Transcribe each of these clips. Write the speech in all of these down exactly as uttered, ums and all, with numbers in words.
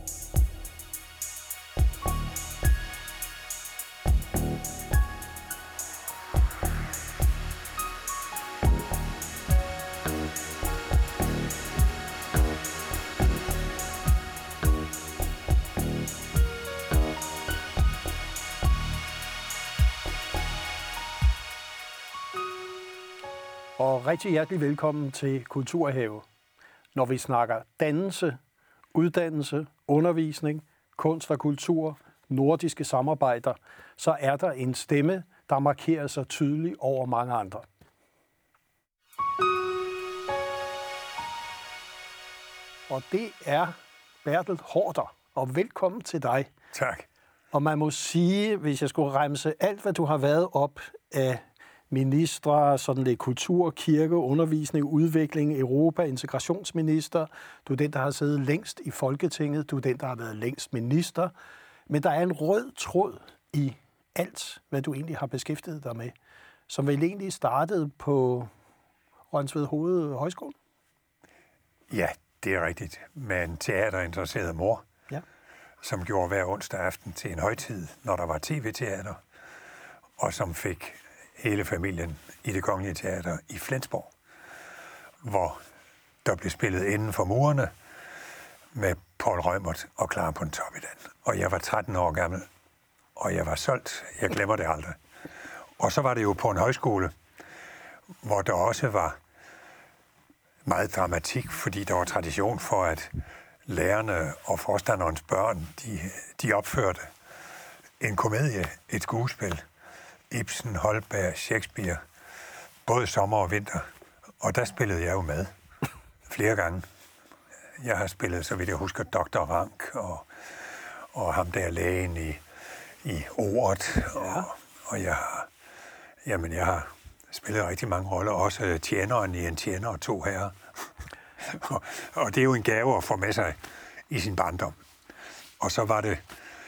Og rigtig hjertelig velkommen til Kulturhave. Når vi snakker dannelse, uddannelse, undervisning, kunst og kultur, nordiske samarbejder, så er der en stemme, der markerer sig tydeligt over mange andre. Og det er Bertel Haarder, og velkommen til dig. Tak. Og man må sige, hvis jeg skulle remse alt, hvad du har været op af ministre, sådan lidt kultur, kirke, undervisning, udvikling, Europa, integrationsminister. Du er den, der har siddet længst i Folketinget. Du er den, der har været længst minister. Men der er en rød tråd i alt, hvad du egentlig har beskæftiget dig med, som vel egentlig startede på Rønsved Hoved Højskole? Ja, det er rigtigt. Med en teaterinteresseret mor, ja. Som gjorde hver onsdag aften til en højtid, når der var tv-teater, og som fik hele familien i Det Kongelige Teater i Flensborg, hvor der blev spillet inden for murene med Poul Reumert og Clara Pontoppidan. Og jeg var tretten år gammel, og jeg var solgt. Jeg glemmer det aldrig. Og så var det jo på en højskole, hvor der også var meget dramatik, fordi der var tradition for, at lærerne og forstanderens børn, de, de opførte en komedie, et skuespil, Ibsen, Holberg, Shakespeare, både sommer og vinter. Og der spillede jeg jo med flere gange. Jeg har spillet, så vidt jeg husker, doktor Rank og, og ham der lægen i, i Ordet. Og, og jeg har, jamen, jeg har spillet rigtig mange roller, også tjeneren i En tjener og to herrer. og, og det er jo en gave at få med sig i sin barndom. Og så var det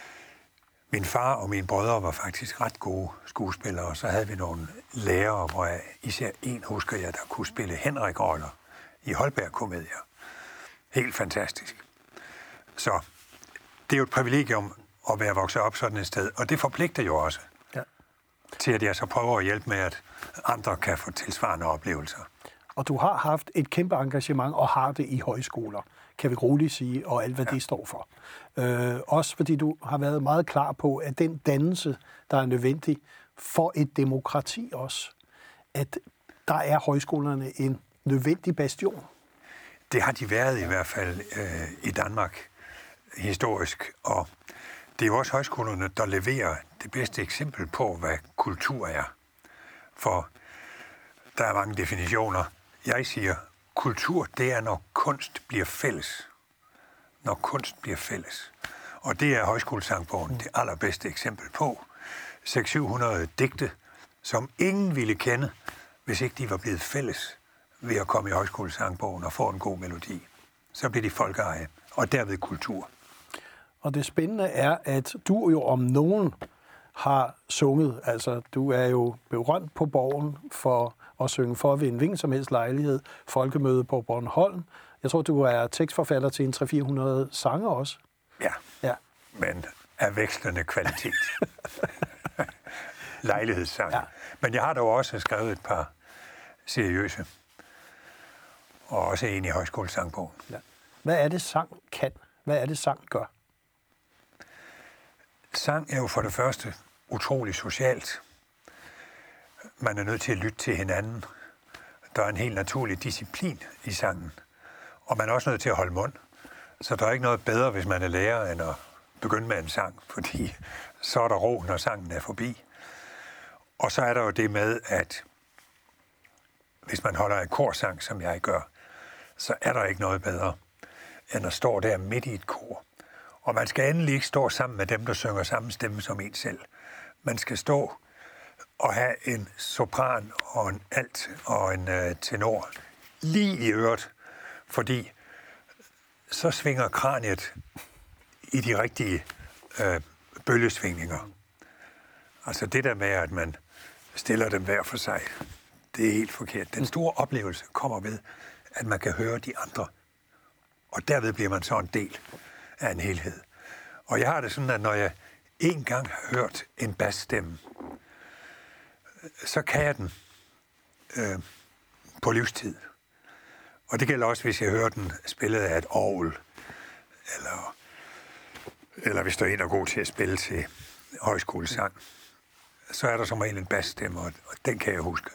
min far og mine brødre var faktisk ret gode skuespillere, og så havde vi nogle lærere, hvor jeg, især en husker jeg, der kunne spille Henrik-roller i Holberg-komedier. Helt fantastisk. Så det er jo et privilegium at være vokset op sådan et sted, og det forpligter jo også ja. til, at jeg så prøver at hjælpe med, at andre kan få tilsvarende oplevelser. Og du har haft et kæmpe engagement, og har det i højskoler, kan vi roligt sige, og alt hvad ja. det står for. Øh, også fordi du har været meget klar på, at den dannelse, der er nødvendig for et demokrati også, at der er højskolerne en nødvendig bastion. Det har de været i hvert fald øh, i Danmark historisk, og det er jo også højskolerne, der leverer det bedste eksempel på, hvad kultur er. For der er mange definitioner. Jeg siger, kultur, det er, når kunst bliver fælles. Når kunst bliver fælles. Og det er Højskolesangbogen det allerbedste eksempel på. seks hundrede til syv hundrede digte, som ingen ville kende, hvis ikke de var blevet fælles ved at komme i Højskolesangbogen og få en god melodi. Så bliver de folkeeje, og derved kultur. Og det spændende er, at du jo om nogen har sunget. Altså, du er jo berømt på Borgen for at synge for ved en hvilken som helst lejlighed. Folkemøde på Bornholm. Jeg tror, du er tekstforfatter til en tre hundrede til fire hundrede sange også. Ja, ja. Men af vekslende kvalitet. Lejlighedssange. Ja. Men jeg har dog også skrevet et par seriøse. Og også en i Højskolesangbogen. Ja. Hvad er det, sang kan? Hvad er det, sang gør? Sang er jo for det første utrolig socialt. Man er nødt til at lytte til hinanden. Der er en helt naturlig disciplin i sangen. Og man er også nødt til at holde mund. Så der er ikke noget bedre, hvis man er lærer, end at begynde med en sang. Fordi så er der ro, når sangen er forbi. Og så er der jo det med, at hvis man holder en korsang, som jeg gør, så er der ikke noget bedre, end at stå der midt i et kor. Og man skal endelig ikke stå sammen med dem, der synger samme stemme som en selv. Man skal stå og have en sopran og en alt og en øh, tenor lige i øret, fordi så svinger kraniet i de rigtige øh, bølgesvingninger. Altså det der med, at man stiller dem hver for sig, det er helt forkert. Den store oplevelse kommer ved, at man kan høre de andre, og derved bliver man så en del af en helhed. Og jeg har det sådan, at når jeg en gang har hørt en basstemme, så kan jeg den øh, på livstid. Og det gælder også, hvis jeg hører den spillet af et orgel, eller, eller hvis der er en, der er god til at spille til højskolesang, så er der som regel en basstemme, og den kan jeg huske.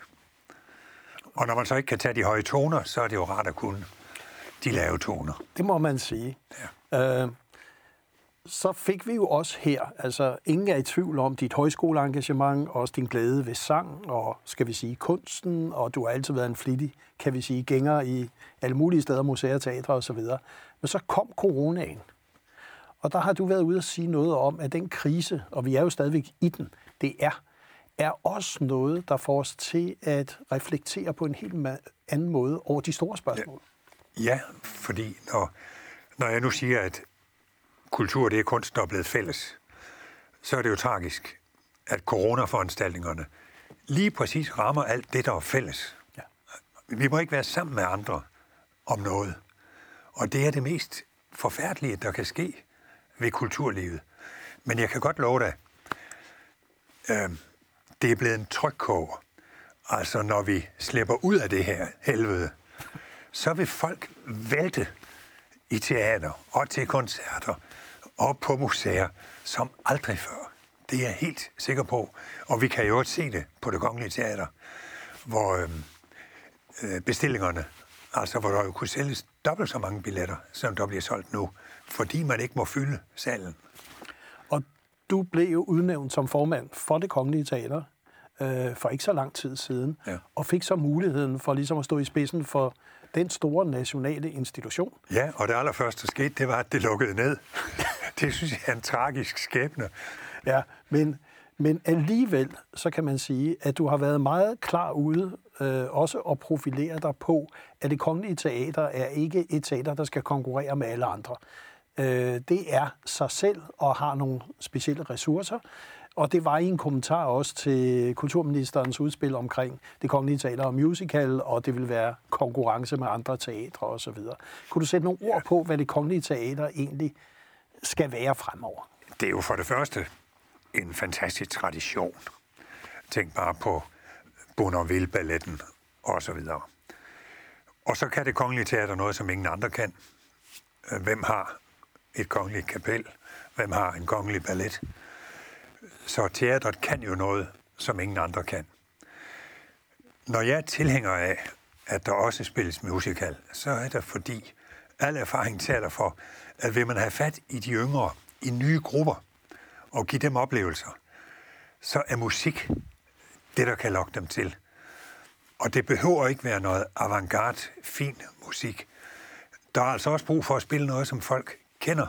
Og når man så ikke kan tage de høje toner, så er det jo rart at kunne de lave toner. Det må man sige. Ja. Øh, så fik vi jo også her, altså ingen er i tvivl om dit højskoleengagement, også din glæde ved sang og, skal vi sige, kunsten, og du har altid været en flittig, kan vi sige, gænger i alle mulige steder, museer, teatre osv. Men så kom coronaen, og der har du været ude at sige noget om, at den krise, og vi er jo stadigvæk i den, det er, er også noget, der får os til at reflektere på en helt anden måde over de store spørgsmål. Ja, ja, fordi når, når jeg nu siger, at kultur, det er kunst, der er blevet fælles, så er det jo tragisk, at coronaforanstaltningerne lige præcis rammer alt det, der er fælles. Ja. Vi må ikke være sammen med andre om noget. Og det er det mest forfærdelige, der kan ske ved kulturlivet. Men jeg kan godt love dig, øh, det er blevet en trykkoger. Altså, når vi slipper ud af det her helvede, så vil folk vælte i teater og til koncerter og på museer som aldrig før. Det er jeg helt sikker på. Og vi kan jo også se det på Det Kongelige Teater, hvor øh, bestillingerne, altså hvor der jo kunne sælges dobbelt så mange billetter, som der bliver solgt nu, fordi man ikke må fylde salen. Og du blev jo udnævnt som formand for Det Kongelige Teater øh, for ikke så lang tid siden, ja. Og fik så muligheden for ligesom at stå i spidsen for den store nationale institution. Ja, og det allerførste, der skete, det var, at det lukkede ned. Det synes jeg er en tragisk skæbne. Ja, men, men alligevel, så kan man sige, at du har været meget klar ude, øh, også at profilere dig på, at Det Kongelige Teater er ikke et teater, der skal konkurrere med alle andre. Øh, det er sig selv og har nogle specielle ressourcer. Og det var i en kommentar også til kulturministerens udspil omkring Det Kongelige Teater og musical, og det vil være konkurrence med andre teatre osv. Kunne du sætte nogle ord på, hvad Det Kongelige Teater egentlig skal være fremover? Det er jo for det første en fantastisk tradition. Tænk bare på Bournonville-balletten og så videre. Og så kan Det Kongelige Teater noget, som ingen andre kan. Hvem har et kongeligt kapel? Hvem har en kongelig ballet? Så teatret kan jo noget, som ingen andre kan. Når jeg er tilhænger af, at der også spilles musical, så er det fordi, al erfaring taler for, at vil man have fat i de yngre, i nye grupper, og give dem oplevelser, så er musik det, der kan lokke dem til. Og det behøver ikke være noget avantgarde, fin musik. Der er altså også brug for at spille noget, som folk kender.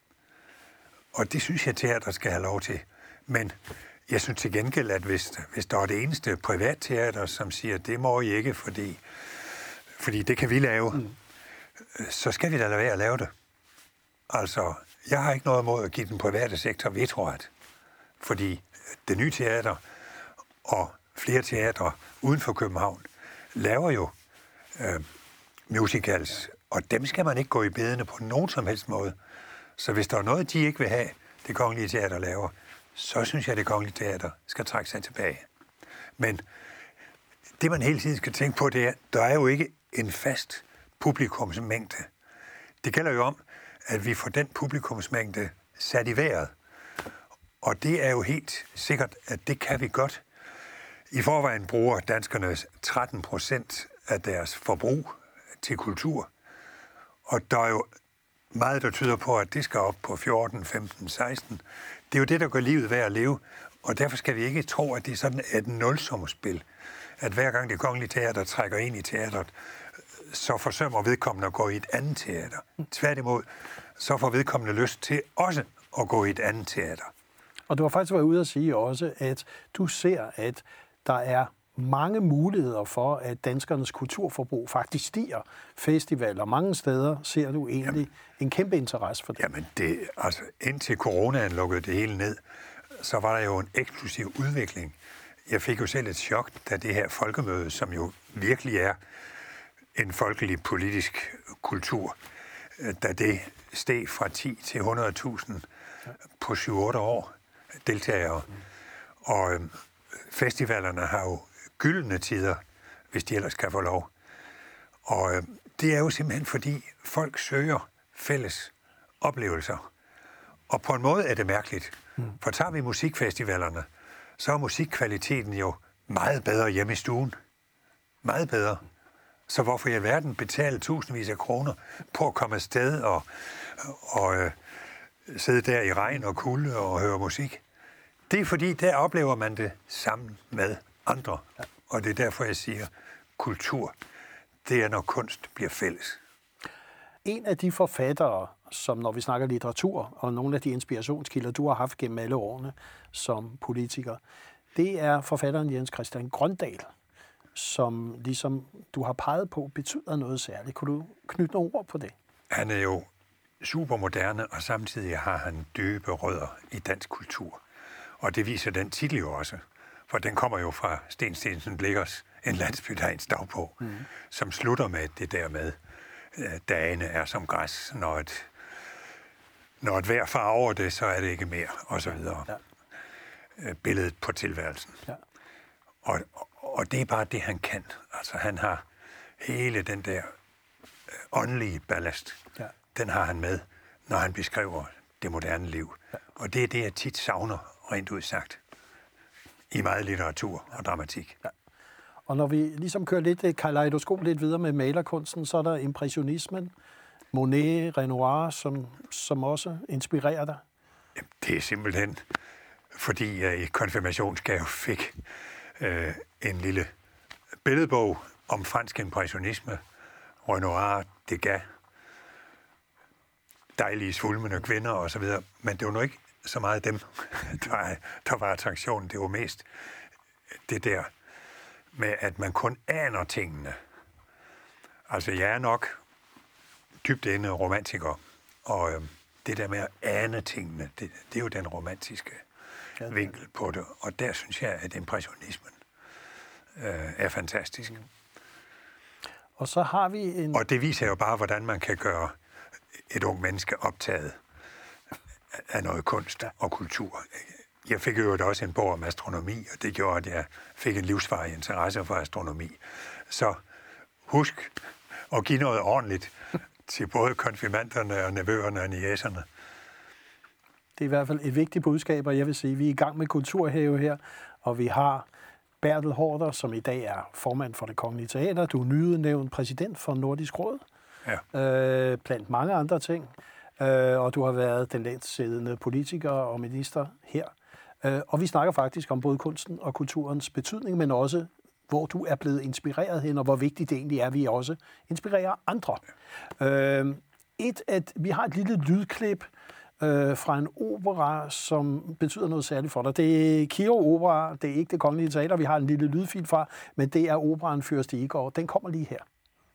Og det synes jeg, teater skal have lov til. Men jeg synes til gengæld, at hvis, hvis der er det eneste privatteater, som siger, at det må I ikke, fordi, fordi det kan vi lave, mm. så skal vi da lade være at lave det. Altså, jeg har ikke noget imod at give den private sektor vetoret, fordi Det Nye Teater og flere teatre uden for København laver jo øh, musicals, og dem skal man ikke gå i bedene på nogen som helst måde. Så hvis der er noget, de ikke vil have, Det Kongelige Teater laver, så synes jeg, at Det Kongelige Teater skal trække sig tilbage. Men det, man hele tiden skal tænke på, det er, der er jo ikke en fast publikumsmængde. Det gælder jo om, at vi får den publikumsmængde sat i vejret. Og det er jo helt sikkert, at det kan vi godt. I forvejen bruger danskerne tretten procent af deres forbrug til kultur. Og der er jo meget, der tyder på, at det skal op på fjorten, femten, seksten. Det er jo det, der gør livet værd at leve. Og derfor skal vi ikke tro, at det er sådan et nulsumsspil. At hver gang Det Kongelige Teater trækker ind i teatret, så forsømmer vedkommende at gå i et andet teater. Tværtimod, så får vedkommende lyst til også at gå i et andet teater. Og du har faktisk været ude at sige også, at du ser, at der er mange muligheder for, at danskernes kulturforbrug faktisk stiger. Festivaler mange steder ser du egentlig jamen, en kæmpe interesse for det. Jamen, det, altså, indtil coronaen lukkede det hele ned, så var der jo en eksplosiv udvikling. Jeg fik jo selv et chok, da det her folkemøde, som jo virkelig er en folkelig politisk kultur, da det steg fra ti til hundrede tusind på syv otte år deltagere. Og øh, festivalerne har jo gyldne tider, hvis de ellers kan få lov. Og øh, det er jo simpelthen, fordi folk søger fælles oplevelser. Og på en måde er det mærkeligt. For tager vi musikfestivalerne, så er musikkvaliteten jo meget bedre hjemme i stuen. Meget bedre. Så hvorfor i alverden betale tusindvis af kroner på at komme afsted og, og øh, sidde der i regn og kulde og høre musik? Det er fordi, der oplever man det sammen med andre. Og det er derfor, jeg siger, kultur, det er, når kunst bliver fælles. En af de forfattere, som når vi snakker litteratur, og nogle af de inspirationskilder, du har haft gennem alle årene som politiker, det er forfatteren Jens Christian Grøndahl, som ligesom du har peget på, betyder noget særligt. Kunne du knytte nogle ord på det? Han er jo supermoderne, og samtidig har han dybe rødder i dansk kultur. Og det viser den titel jo også, for den kommer jo fra Sten Steensen Blichers En landsby, der er ens dagbog, mm. som slutter med det der med, dagene er som græs, når et, når et vejr farver det, så er det ikke mere, og så videre. Ja. Billedet på tilværelsen. Ja. Og, og det er bare det, han kan. Altså, han har hele den der åndelige ballast, ja. Den har han med, når han beskriver det moderne liv. Ja. Og det er det, jeg tit savner, rent ud sagt, i meget litteratur og dramatik. Ja. Og når vi ligesom kører lidt kaleidoskop lidt videre med malerkunsten, så er der impressionismen, Monet, Renoir, som, som også inspirerer dig. Det er simpelthen, fordi jeg i konfirmationsgave fik øh, en lille billedbog om fransk impressionisme, Renoir, Degas, dejlige svulmende kvinder osv. Men det var nu ikke så meget dem, der, der var attraktionen. Det var mest det der med, at man kun aner tingene. Altså, jeg er nok dybt inde romantiker, og øh, det der med at ane tingene, det, det er jo den romantiske ja, vinkel på det. Og der synes jeg, at impressionismen øh, er fantastisk. Mm. Og så har vi en... Og det viser jo bare, hvordan man kan gøre et ung menneske optaget af noget kunst ja. Og kultur. Jeg fik jo også en bog om astronomi, og det gjorde, at jeg fik en livsvarig interesse for astronomi. Så husk at give noget ordentligt til både konfirmanderne og nevøerne og niæserne. Det er i hvert fald et vigtigt budskab, og jeg vil sige, at vi er i gang med Kulturhave her, og vi har Bertel Haarder, som i dag er formand for Det Kongelige Teater. Du er nyudnævnt præsident for Nordisk Råd, ja. øh, blandt mange andre ting. Øh, og du har været den længst-siddende politiker og minister her. Øh, og vi snakker faktisk om både kunsten og kulturens betydning, men også, hvor du er blevet inspireret hen, og hvor vigtigt det egentlig er, at vi også inspirerer andre. Øh, et, at vi har et lille lydklip øh, fra en opera, som betyder noget særligt for dig. Det er Kiro Opera, det er ikke Det Kongelige Teater, vi har en lille lydfil fra, men det er operaen Fyrste Igor. Den kommer lige her.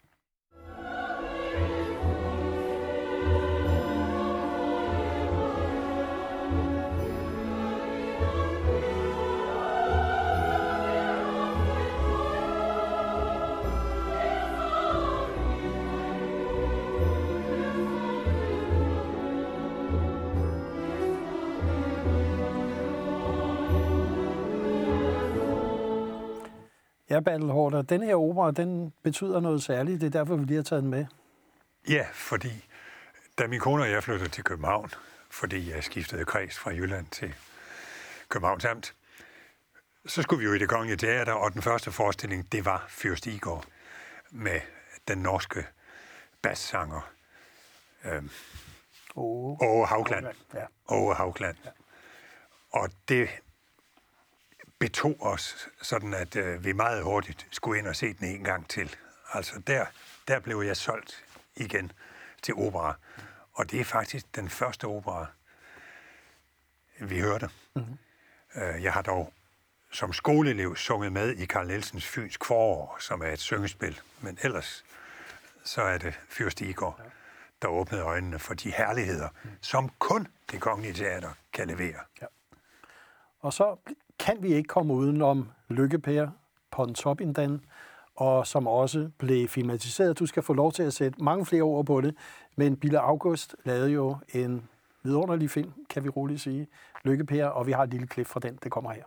Ja, Bertel Haarder, den her opera, den betyder noget særligt. Det er derfor, vi lige har taget den med. Ja, fordi da min kone og jeg flyttede til København, fordi jeg skiftede kreds fra Jylland til Københavns Amt, så skulle vi jo i Det Kongelige Teater, og den første forestilling, det var Fyrste Igor med den norske bassanger øh, Åge Haugland. Ja. Åge Haugland. Ja. Og det betog os, sådan at øh, vi meget hurtigt skulle ind og se den en gang til. Altså der, der blev jeg solgt igen til opera. Og det er faktisk den første opera, vi hørte. Mm-hmm. Øh, jeg har dog som skoleelev sunget med i Carl Nielsens Fynsk Forår, som er et syngespil. Men ellers så er det Fyrste Igor, ja. Der åbnede øjnene for de herligheder, mm. som kun Det Kongelige Teater kan levere. Ja. Og så kan vi ikke komme udenom Lykke-Per, Pontoppidan og som også blev filmatiseret. Du skal få lov til at sætte mange flere ord på det, men Bille August lavede jo en vidunderlig film, kan vi roligt sige, Lykke-Per, og vi har et lille klip fra den, det kommer her.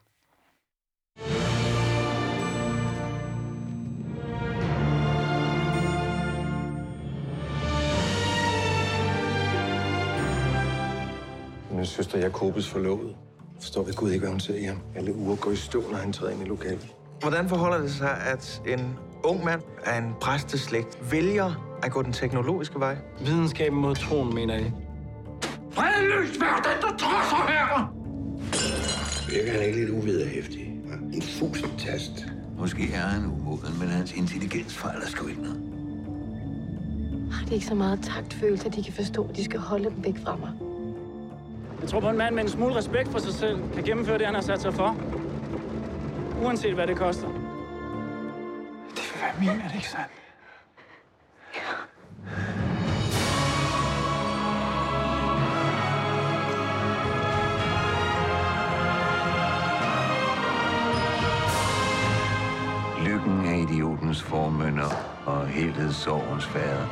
Min søster Jakobes forlovede. Forstår ved Gud ikke, hvad hun ser i ham. Alle uger går i stå, når han træder ind i lokalet. Hvordan forholder det sig, at en ung mand af en præsteslægt vælger at gå den teknologiske vej? Videnskaben mod troen, mener jeg. Fredløst vær den, der træsser her! Virker han ikke lidt uvederhæftig? En fusentast. Måske er han umoden, men hans intelligens fejler sgu ikke noget. Har de ikke så meget taktfølelse, at de kan forstå, at de skal holde dem væk fra mig? Jeg tror på, en mand med en smule respekt for sig selv kan gennemføre det, han har sat sig for. Uanset hvad det koster. Det vil være min, er det ikke sandt? Ja. Lykken er idiotens formynder og helhedssorgens fader.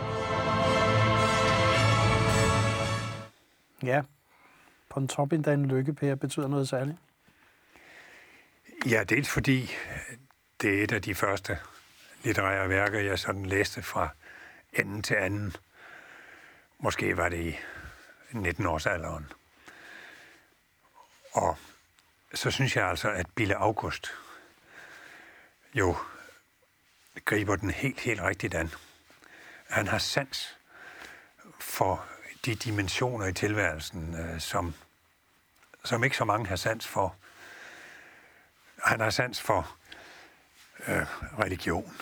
Ja, på en top endda en Lykke-Per betyder noget særligt. Ja, dels fordi det er et af de første litterære værker, jeg sådan læste fra ende til anden. Måske var det i nitten-årsalderen. Og så synes jeg altså, at Bille August jo griber den helt, helt rigtigt an. Han har sans for de dimensioner i tilværelsen, øh, som, som ikke så mange har sans for. Han har sans for øh, religion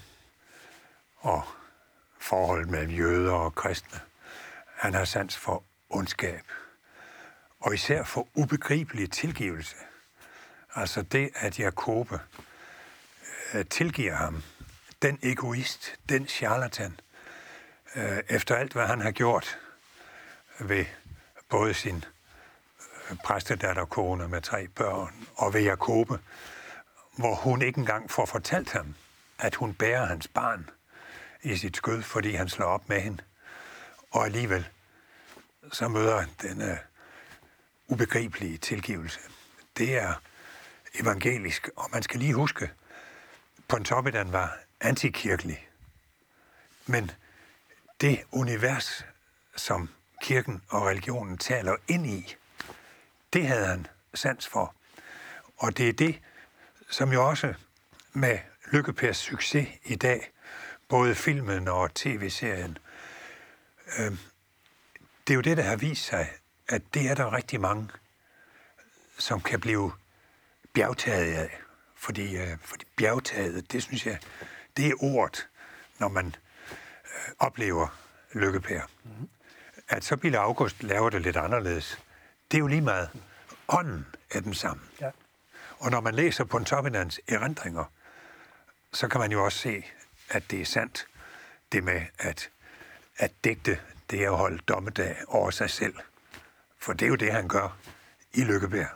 og forholdet mellem jøder og kristne. Han har sans for ondskab og især for ubegribelig tilgivelse. Altså det, at Jakobe øh, tilgiver ham, den egoist, den charlatan, øh, efter alt, hvad han har gjort ved både sin præstedatterkone med tre børn, og ved Jakobe, hvor hun ikke engang får fortalt ham, at hun bærer hans barn i sit skød, fordi han slår op med hende. Og alligevel, så møder han denne ubegribelige tilgivelse. Det er evangelisk, og man skal lige huske, Pontoppidan var antikirkelig. Men det univers, som kirken og religionen taler ind i, det havde han sans for. Og det er det, som jo også med Lykke-Pers succes i dag, både filmen og tv-serien, øh, det er jo det, der har vist sig, at det er der rigtig mange, som kan blive bjergtaget af. Fordi, øh, fordi bjergtaget, det synes jeg, det er ordet, når man øh, oplever Lykke-Per. Mm-hmm. At så Bille August laver det lidt anderledes, det er jo lige meget. Ånden er den samme. Ja. Og når man læser Pontoppidans erindringer, så kan man jo også se, at det er sandt, det med at, at digte, det er at holde dommedag over sig selv. For det er jo det, han gør i Lykke-Per.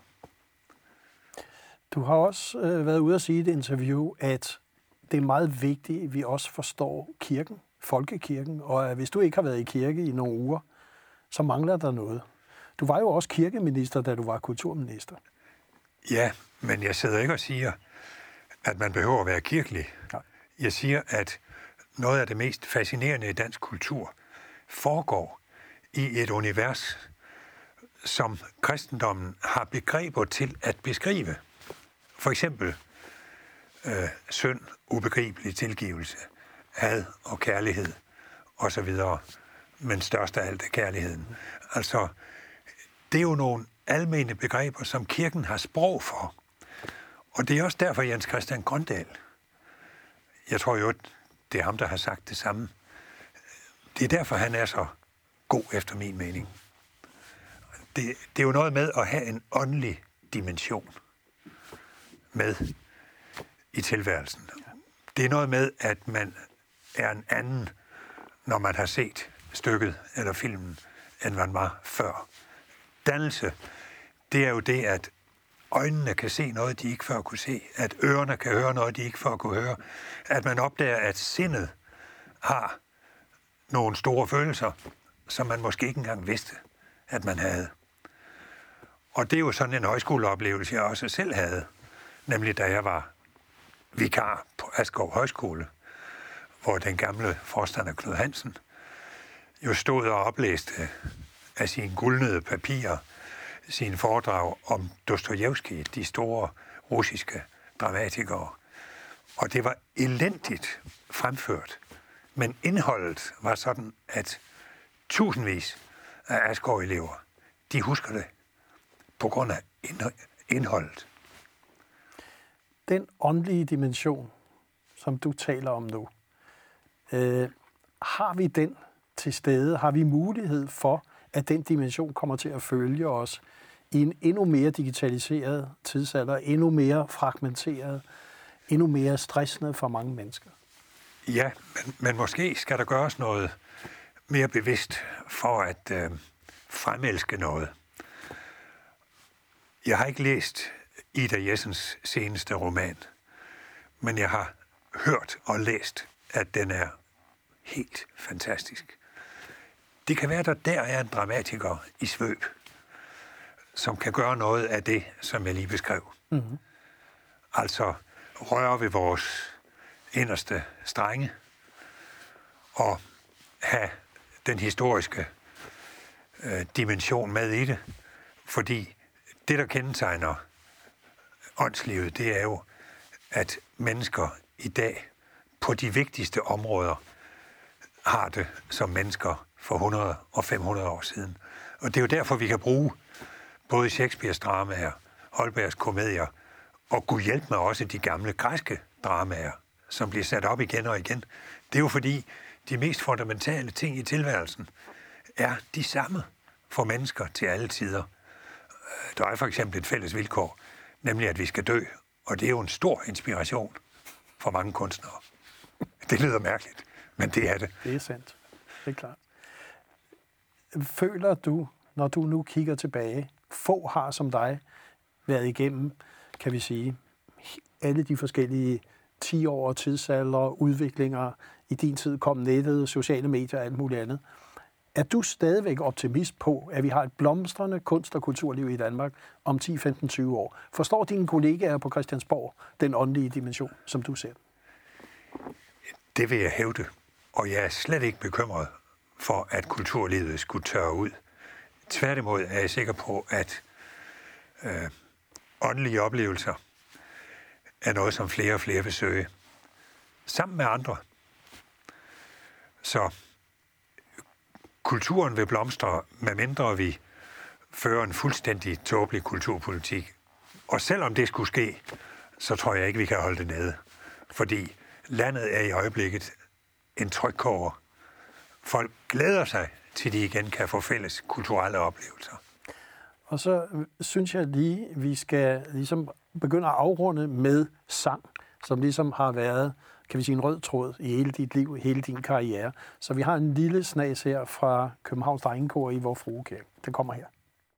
Du har også øh, været ude at sige i et interview, at det er meget vigtigt, at vi også forstår kirken, folkekirken, og at hvis du ikke har været i kirke i nogle uger, så mangler der noget. Du var jo også kirkeminister, da du var kulturminister. Ja, men jeg sidder ikke og siger, at man behøver at være kirkelig. Nej. Jeg siger, at noget af det mest fascinerende i dansk kultur foregår i et univers, som kristendommen har begreber til at beskrive. For eksempel øh, synd, ubegribelig tilgivelse, had og kærlighed osv., men størst af alt er kærligheden. Altså, det er jo nogle almene begreber, som kirken har sprog for. Og det er også derfor Jens Christian Grøndahl, jeg tror jo, det er ham, der har sagt det samme, det er derfor, han er så god efter min mening. Det, det er jo noget med at have en åndelig dimension med i tilværelsen. Det er noget med, at man er en anden, når man har set stykket eller filmen, end man var før. Dannelse, det er jo det, at øjnene kan se noget, de ikke før kunne se, at ørerne kan høre noget, de ikke før kunne høre, at man opdager, at sindet har nogle store følelser, som man måske ikke engang vidste, at man havde. Og det er jo sådan en højskoleoplevelse, jeg også selv havde, nemlig da jeg var vikar på Askov Højskole, hvor den gamle forstander Knud Hansen jo stod og oplæste af sine guldnede papirer sine foredrag om Dostojevskij, de store russiske dramatikere. Og det var elendigt fremført, men indholdet var sådan, at tusindvis af Askov-elever, de husker det på grund af indholdet. Den åndelige dimension, som du taler om nu, øh, har vi den til stede? Har vi mulighed for, at den dimension kommer til at følge os i en endnu mere digitaliseret tidsalder, endnu mere fragmenteret, endnu mere stressende for mange mennesker? Ja, men, men måske skal der gøres noget mere bevidst for at øh, fremelske noget. Jeg har ikke læst Ida Jessens seneste roman, men jeg har hørt og læst, at den er helt fantastisk. Det kan være, at der der er en dramatiker i svøb, som kan gøre noget af det, som jeg lige beskrev. Mm-hmm. Altså røre ved vores inderste strenge og have den historiske øh, dimension med i det. Fordi det, der kendetegner åndslivet, det er jo, at mennesker i dag på de vigtigste områder har det som mennesker for hundrede og fem hundrede år siden. Og det er jo derfor, vi kan bruge både Shakespeares dramaer, Holbergs komedier, og Gud hjælp mig også de gamle græske dramaer, som bliver sat op igen og igen. Det er jo fordi, de mest fundamentale ting i tilværelsen er de samme for mennesker til alle tider. Der er for eksempel et fælles vilkår, nemlig at vi skal dø, og det er jo en stor inspiration for mange kunstnere. Det lyder mærkeligt, men det er det. Det er sandt. Det er klart. Føler du, når du nu kigger tilbage, få har som dig været igennem, kan vi sige, alle de forskellige ti år, tidsalder, udviklinger, i din tid kom nettet, sociale medier og alt muligt andet. Er du stadigvæk optimist på, at vi har et blomstrende kunst- og kulturliv i Danmark om ti, femten, tyve år? Forstår dine kollegaer på Christiansborg den åndelige dimension, som du ser? Det vil jeg hævde, og jeg er slet ikke bekymret for, at kulturlivet skulle tørre ud. Tværtimod er jeg sikker på, at øh, åndelige oplevelser er noget, som flere og flere vil søge. Sammen med andre. Så kulturen vil blomstre, medmindre vi fører en fuldstændig tåbelig kulturpolitik. Og selvom det skulle ske, så tror jeg ikke, vi kan holde det nede. Fordi landet er i øjeblikket en trykkoger. Folk glæder sig til, de igen kan få fælles kulturelle oplevelser. Og så synes jeg lige, vi skal ligesom begynde at afrunde med sang, som ligesom har været, kan vi sige, en rød tråd i hele dit liv, hele din karriere. Så vi har en lille snas her fra Københavns Drengekor i Vor Frue Kirke. Den kommer her.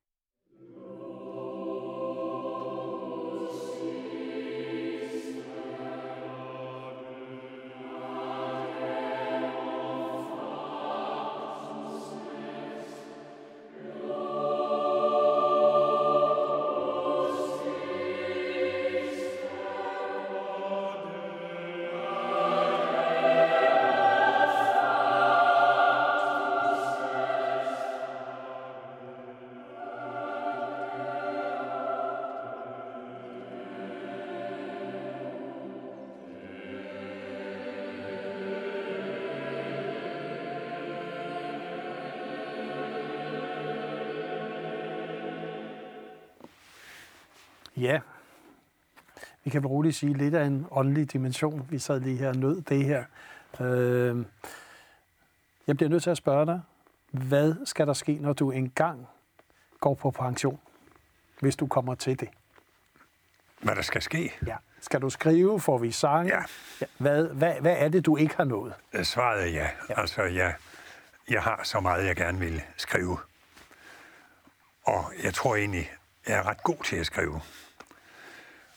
Ja, vi kan vel roligt sige lidt af en åndelig dimension. Vi sad lige her og nød det her. Øh, jeg bliver nødt til at spørge dig, hvad skal der ske, når du engang går på pension, hvis du kommer til det? Hvad der skal ske? Ja. Skal du skrive? Får vi sange? Ja. Ja. Hvad, hvad, hvad er det, du ikke har nået? Svaret er ja. ja. Altså, jeg, jeg har så meget, jeg gerne vil skrive. Og jeg tror egentlig, jeg er ret god til at skrive.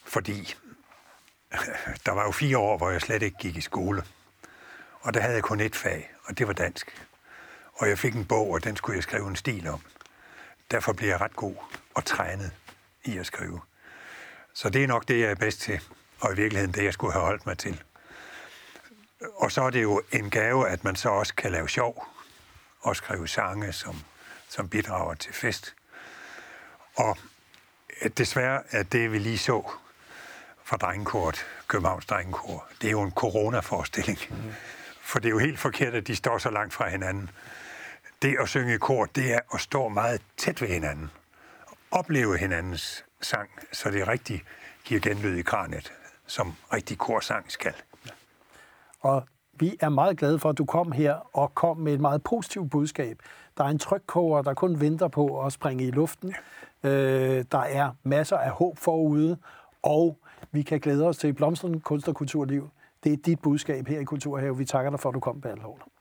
fordi der var jo fire år, hvor jeg slet ikke gik i skole. Og der havde jeg kun ét fag, og det var dansk. Og jeg fik en bog, og den skulle jeg skrive en stil om. Derfor blev jeg ret god og trænet i at skrive. Så det er nok det, jeg er bedst til, og i virkeligheden det, jeg skulle have holdt mig til. Og så er det jo en gave, at man så også kan lave sjov og skrive sange, som, som bidrager til fest. Og desværre er det, vi lige så fra drengekoret, Københavns Drengekor, det er jo en coronaforestilling. Mm. For det er jo helt forkert, at de står så langt fra hinanden. Det at synge i kor, det er at stå meget tæt ved hinanden. Opleve hinandens sang, så det rigtig giver genlyd i kraniet, som rigtig korsang skal. Ja. Og vi er meget glade for, at du kom her og kom med et meget positivt budskab. Der er en trykkoger, der kun venter på at springe i luften. Ja. Øh, der er masser af håb forude, og vi kan glæde os til blomstrende kunst- og kulturliv. Det er dit budskab her i Kulturhave. Vi takker dig for, at du kom, Bertel Haarder.